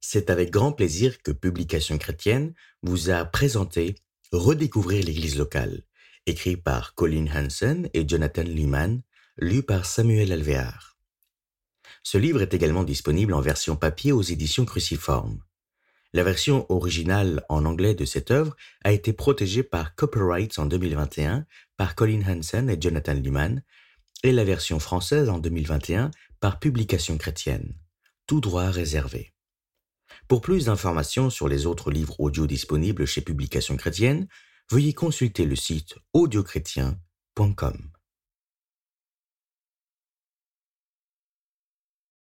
C'est avec grand plaisir que Publication Chrétienne vous a présenté Redécouvrir l'Église locale, écrit par Colin Hansen et Jonathan Leeman, lu par Samuel Alvear. Ce livre est également disponible en version papier aux éditions Cruciforme. La version originale en anglais de cette œuvre a été protégée par Copyright en 2021 par Colin Hansen et Jonathan Leeman et la version française en 2021 par Publication Chrétienne. Tout droit réservé. Pour plus d'informations sur les autres livres audio disponibles chez Publication Chrétienne, veuillez consulter le site audiochrétien.com.